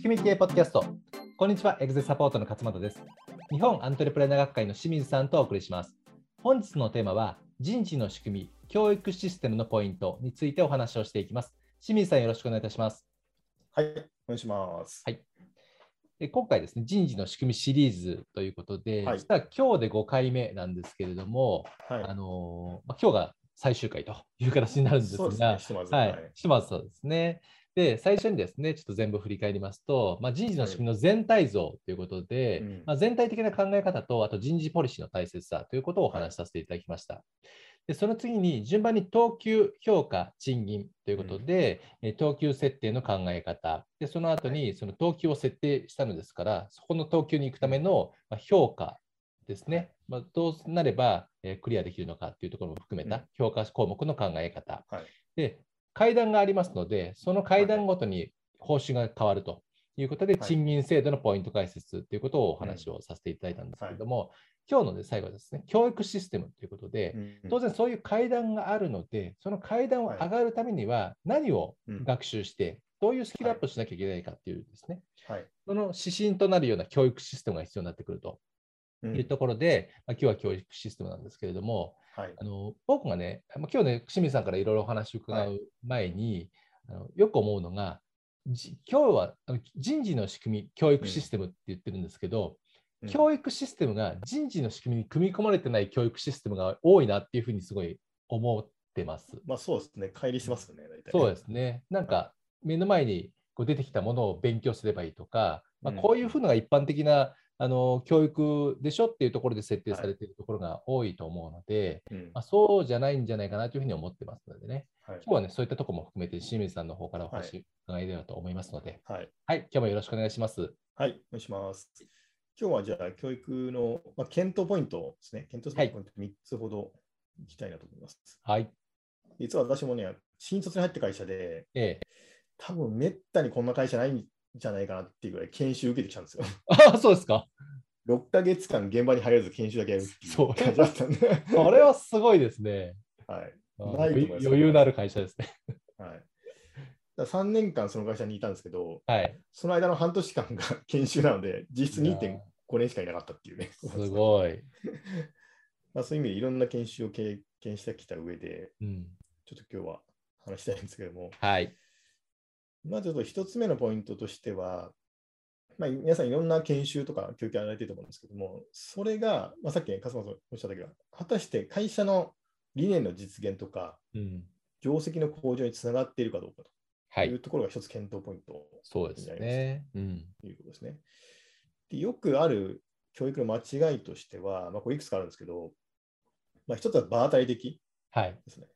組み系ポッドキャスト。こんにちは、エグゼサポートの勝俣です。日本アントレプレナー学会の清水さんとお送りします。本日のテーマは、人事の仕組み、教育システムのポイントについてお話をしていきます。清水さん、よろしくお願いいたします。 はい、お願いします。 はい。今回ですね、人事の仕組みシリーズということで、 はい、 実は今日で5回目なんですけれども、 はい、 今日が最終回という形になるんでそうですね、 すが、 ひとまず。 はい、 はい、 ひとまずそうですね。で、最初にですね、ちょっと全部振り返りますと、人事のはい、 仕組みの全体像ということで、 うん、 全体的な考え方と、あと人事ポリシーの大切さということをおはい、 話しさせていただきました。で、その次に順番に等級、評価、賃金ということで、等級設定の考え方、で、その後はい、 にその等級を設定したのですから、そこの等級に行くためうん、 の評価ですはい、 ね。どうなればクリアできるのかというところも含めうん、 た評価項目の考え方。 はい、 で、階段がありますので、その階はい、 段ごとに報酬が変わるということで、 はい、 賃金制度のポイント解説ということをおうん、 話をさせていただいたんですけはい、 れども、今日の、最後はですね、教育システムということで、 うん、 当然そういう階段があるので、その階段をはい、 上がるためには何をうん、 学習して、どういうスキルはい、 アップしなきゃいけないかっていうですね、 はい、 その指針となるような教育システムが必要になってくるといううん、 ところで、今日は教育システムなんですけれども、 はい、 僕がね、今日ね、清水さんからいろいろお話を伺はい、 う前に、よく思うのが、今日は人事の仕組み、教育シうん、 ステムって言ってるんですけど、 うん。 教育システムが人事の仕組みに組み込まれてない教育システムが多いなっていうふうにすごい思ってます。 まあそうですね、乖離してますよね、大体。 そうですね。なんはい、 か目の前に出てきたものを勉強すればいいとか、 うん、 こういうふうのが一般的な教育でしょっていうところで設定はい、 されているところが多いと思うので、 うん、 そうじゃないんじゃないかなというふうに思ってますのでね、 はい、 今日はね、そういったところも含めて清水さんの方からおはい、 話伺えればと思いますので、 はい、 はい、今日もよろしくお願いします。 はい、お願いします。今日はじゃあ、教育の、検討ポイントですね。検討すはい、 べきポイント3つほどいきたいなと思います。 はい、 実は私もね、新卒に入った会社で、 ええ。 多分めったにこんな会社ないんじゃないかなっていうぐらい研修受けてきたんですよ。 そうですか。 6ヶ月間現場に入らず研修だけやるっていうそれは、 感じだったんでそれはすごいですね。 はい。ないと思います、 余裕のある会社ですね。 はい。だ3年間その会社にいたんですけど、 はい。 その間の半年間が研修なので、実質いや 2.5年しかいなかったっていうね。 すごい。 そういう意味でいろんな研修を経験してきた上で、 うん。 ちょっと今日は話したいんですけども、 はい。 まず1つ目のポイントとしては、皆さんいろんな研修とか教育やられていると思うんですけども、それが、さっき笠松さんおっしゃったけど、果たして会社の理念の実現とか、 うん。 業績の向上につながっているかどうかはい。 というところが一つ検討ポイントそうですになりますね。うん。 ということですね。でよくある教育の間違いとしては、これいくつかあるんですけど、一つは場当たり的はい。 ですね。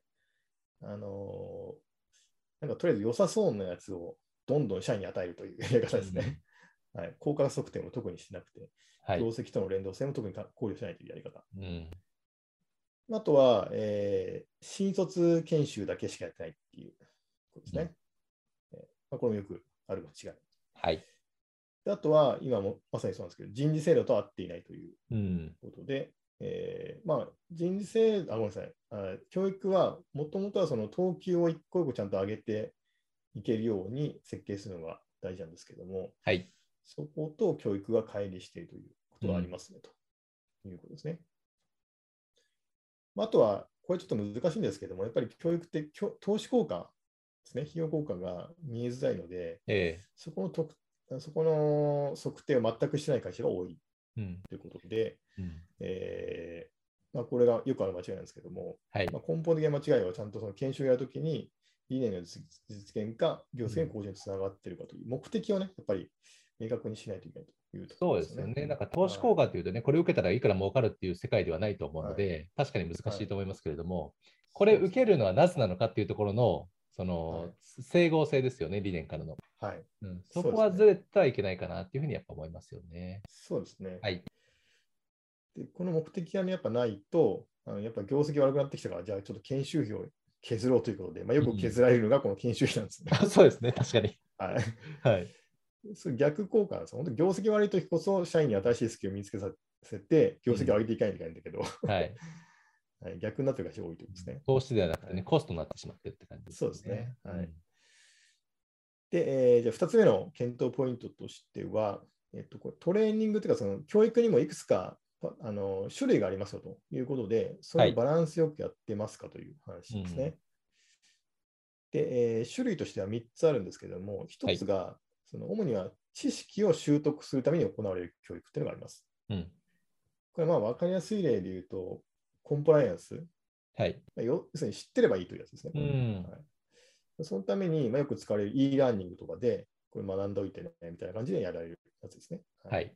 なんかとりあえず良さそうなやつをどんどん社員に与えるというやり方ですね。 うん。 はい、効果測定も特にしなくて、 はい。 業績との連動性も特に考慮しないというやり方。 うん。 あとは、新卒研修だけしかやってないっていうことですうん。 ね。これもよくある間違い。 はい。 であとは、今もまさにそうなんですけど、人事制度と合っていないといううん。 ことで、人事制度、ごめんなさい、教育はもともとはその等級を一個一個ちゃんと上げていけるように設計するのが大事なんですけども、 はい。 そこと教育が乖離しているということがありますね、ということですね。あとは、これちょっと難しいんですけども、やっぱり教育って投資効果ですね、費用効果が見えづらいので、 ええ。 そこの測定を全くしてない会社が多いうん。 ということで、 うん。 これがよくある間違いなんですけども、 はい。 根本的な間違いはちゃんとその研修をやるときに、理念の実現か、業績のうん。 向上につながっているかという目的をね、やっぱり明確にしないといけないというとこそうろですよね。 ですよね。なんか投資効は果っていうとね、これを受けたらいくら儲かるっていう世界ではないと思うい。はい。 ので、確かに難はい。 しいと思いますけれども、これそうですね。 受けるのはなぜなのかっていうところの、そのはい。 整合性ですよね、理念からの。 はい。 うん、そそうですね。 こはずれてはいけないかなっていうふうにやっぱ思いますよね。 そうですね。 はい。 で、この目的が、ね、やっぱないと、やっぱ業績悪くなってきたから、じゃあちょっと研修費を削ろうということで、よくうん、 削られるのがこの研修費なんですね。 そうですね、確かに。 はい。 はい。 それ逆効果なんですよ。本当に業績悪いときこそ、社員に新しいスキルを身につけさせて、業績を上げていかないといけないんだけど、 はい。 はい、逆になってる会社が多いということですね。 投資ではなくてね、 はい、 コストになってしまってるって感じですそうですね。 よね。うはい。 ん。 で、じゃあ2つ目の検討ポイントとしては、これトレーニングというか、その教育にもいくつか種類がありますよということで、それをバランスよくやってますかという話ですね。で、種類としては3つあるんですけれども、1つが、その主には知識を習得するために行われる教育というのがあります。これは分かりやすい例で言うと、コンプライアンス。要するに知ってればいいというやつですね。そのために、よく使われる e ラーニングとかで、これ学んでおいてね、みたいな感じでやられるやつですね。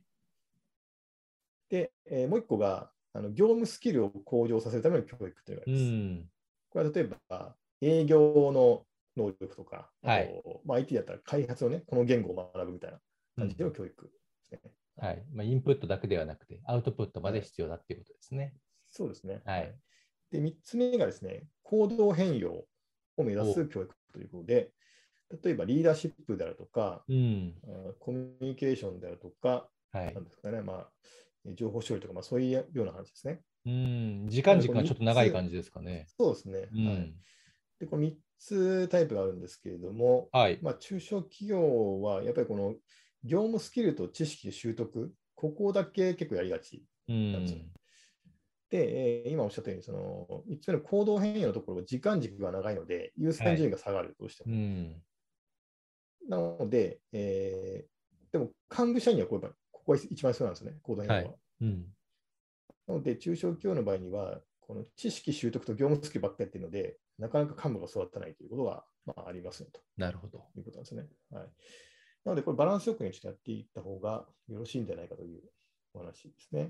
で、もう一個が、業務スキルを向上させるための教育というのがあります。これは例えば、営業の能力とか、あと、IT だったら開発をね、この言語を学ぶみたいな感じでの教育ですね。 インプットだけではなくて、アウトプットまで必要だっていうことですね。 そうですね。で、3つ目がですね、行動変容を目指す教育ということで、例えばリーダーシップであるとか、コミュニケーションであるとか、なんですかね、情報処理とか、そういうような話ですね。 時間軸がちょっと長い感じですかね。 そうですね。で、この3つタイプがあるんですけれども、中小企業はやっぱりこの業務スキルと知識習得、ここだけ結構やりがちなんですよ。で、今おっしゃったように、その3つ目の行動変容のところ、時間軸が長いので、優先順位が下がるとしても。なので、でも幹部社員にはここが一番必要なんですよね、行動変容は。なので、中小企業の場合には、この知識習得と業務スキルばっかりやってるので、なかなか幹部が育たないということが、ありますよと。 なるほど。 いうことなんですね。なので、これバランスよくちょっとやっていった方がよろしいんじゃないかというお話ですね。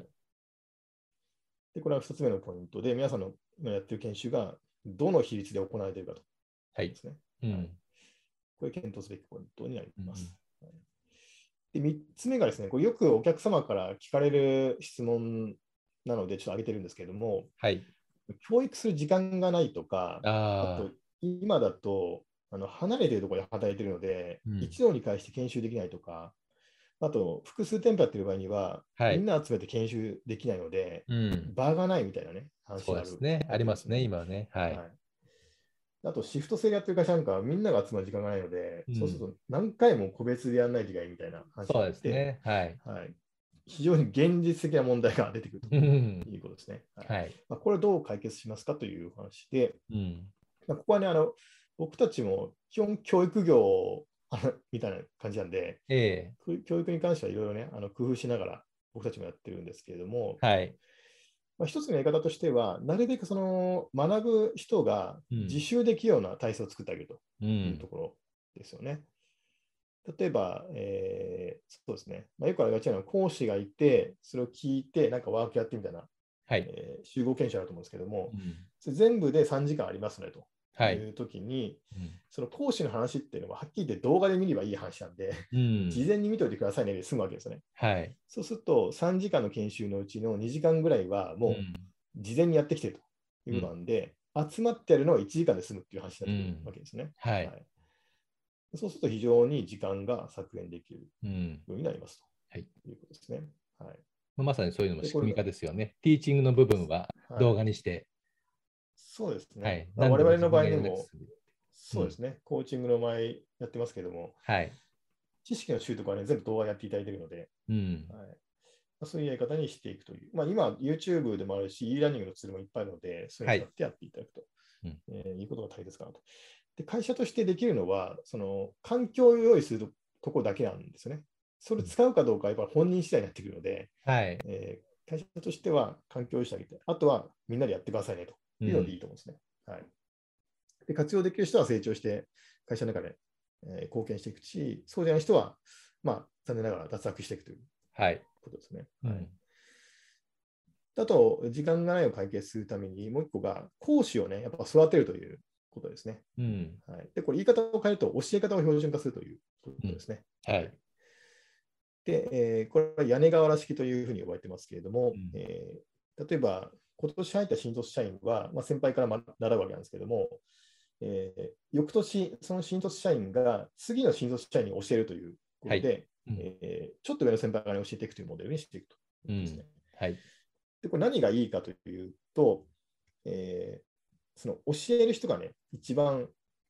で、これは2つ目のポイントで、皆さんの今やっている研修がどの比率で行われているかとですね。これ検討すべきポイントになります。で、3つ目がですね、これよくお客様から聞かれる質問なので、ちょっと挙げてるんですけれども、教育する時間がないとか、あと、今だと離れているところで働いているので、一堂に会して研修できないとか、あと、複数店舗やってる場合には、みんな集めて研修できないので、場がないみたいなね、話がある。 そうですね。ありますね、今はね。 あと、シフト制でやってる会社なんかはみんなが集まる時間がないので、そうすると何回も個別でやらないといけないみたいな話があって、非常に現実的な問題が出てくるということですね。これをどう解決しますかという話で、ここはね、僕たちも基本教育業みたいな感じなんで、教育に関してはいろいろね、工夫しながら僕たちもやってるんですけれども、一つのやり方としては、なるべくその学ぶ人が自習できるような体制を作ってあげるというところですよね。例えば、そうですね、よくありがちなのは講師がいて、それを聞いて、なんかワークやってみたいな、集合研修あると思うんですけども、全部で3時間ありますねというときに、その講師の話っていうのははっきり言って動画で見ればいい話なんで、事前に見といてくださいねで済むわけですよね。そうすると3時間の研修のうちの2時間ぐらいはもう事前にやってきてるということなんで、集まってやるのは1時間で済むっていう話になってくるわけですね。そうすると非常に時間が削減できるようになりますということですね。 まさにそういうのも仕組み化ですよね。ティーチングの部分は動画にして。 そうですね。 我 々の場合でも、そうですね、コーチングの前やってますけども、知識の習得はね、全部動画やっていただいているので、そういうやり方にしていくという。今、YouTube でもあるし、e ラーニングのツールもいっぱいあるので、そういうのを使ってやっていただくと、いうことが大切かなと。で、会社としてできるのは、その環境を用意するところだけなんですよね。それを使うかどうかはやっぱり本人次第になってくるので、会社としては環境を用意してあげて、あとはみんなでやってくださいねというのでいいと思うんですね。で、活用できる人は成長して会社の中で、貢献していくし、そうじゃない人は、残念ながら脱落していくということですね。あと、時間がないを解決するために、もう一個が講師をね、やっぱ育てるということですね。で、これ言い方を変えると、教え方を標準化するということですね。で、これは屋根瓦式というふうに呼ばれてますけれども、例えば、今年入った新卒社員は、先輩から習うわけなんですけれども、翌年、その新卒社員が次の新卒社員に教えるということで、ちょっと上の先輩から教えていくというモデルにしていくということですね。で、これ何がいいかというと、その教える人がね、一番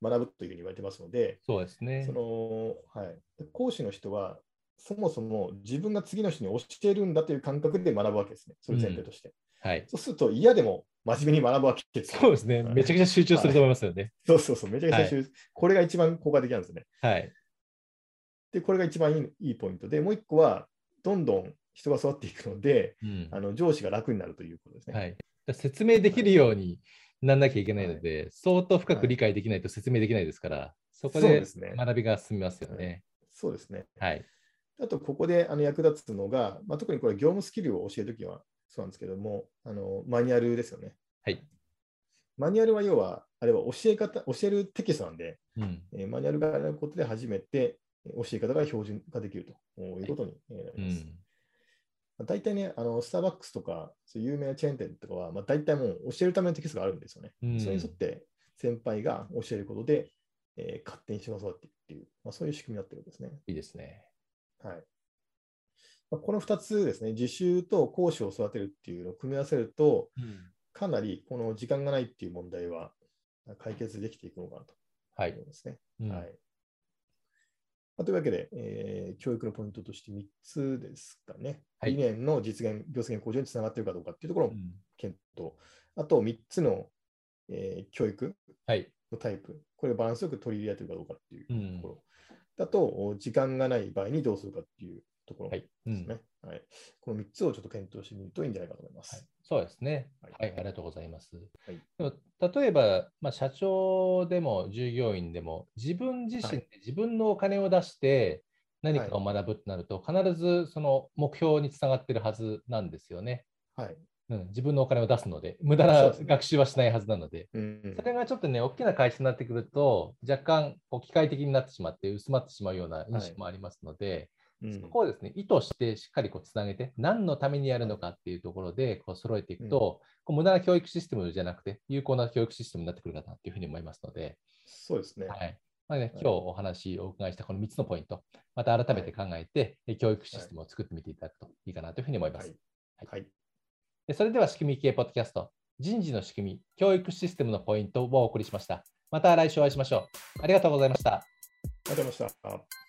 学ぶというふうに言われてますので、 そうですね。 はい、講師の人は、そもそも自分が次の人に教えるんだという感覚で学ぶわけですね。それ前提として。 はい。 そうすると嫌でも真面目に学ぶわけですよ。 そうですね。めちゃくちゃ集中すると思いますよね。 そうそうそう、めちゃくちゃ集中、これが一番効果的なんですね。 はい。 で、これが一番いいポイントで、もう一個は、どんどん人が育っていくので、上司が楽になるということですね。 はい。説明できるようになんなきゃいけないので、相当深く理解できないと説明できないですから、そこで学びが進みますよね。 そうですね。 はい。 あと、ここで役立つのが、特にこれ、業務スキルを教えるときはそうなんですけども、マニュアルですよね。 はい。 マニュアルは要は、あれは教えるテキストなんで、マニュアルがあることで初めて教え方が標準化できるということになります。大体ね、スターバックスとか、そういう有名なチェーン店とかは、大体もう教えるためのテキストがあるんですよね。それに沿って先輩が教えることで、勝手に人が育っていくっていう、そういう仕組みになってるんですね。 いいですね。 はい。この2つですね、自習と講師を育てるっていうのを組み合わせると、かなりこの時間がないっていう問題は解決できていくのかなと思いますね。はい。というわけで、教育のポイントとして3つですかね。理念の実現、業績向上につながっているかどうかっていうところを検討。あと3つの、教育のタイプ、これをバランスよく取り入れられているかどうかっていうところ。だと、時間がない場合にどうするかっていうところですね。はい。この3つをちょっと検討してみるといいんじゃないかと思います。 そうですね。はい、ありがとうございます。 はい、 でも例えば、社長でも従業員でも自分自身で自分のお金を出して何かを学ぶとなると、必ずその目標につながっているはずなんですよね。 はい。 自分のお金を出すので、無駄な学習はしないはずなので、それがちょっとね、大きな会社になってくると、若干機械的になってしまって、薄まってしまうような印象もありますので、そこをですね、意図してしっかりつなげて、何のためにやるのかっていうところで揃えていくと、無駄な教育システムじゃなくて、有効な教育システムになってくるかなというふうに思いますので、 そうですね。 はい。今日お話をお伺いしたこの3つのポイント、また改めて考えて、教育システムを作ってみていただくといいかなというふうに思います。それでは仕組み系ポッドキャスト、人事の仕組み、教育システムのポイントをお送りしました。また来週お会いしましょう。ありがとうございました。 ありがとうございました。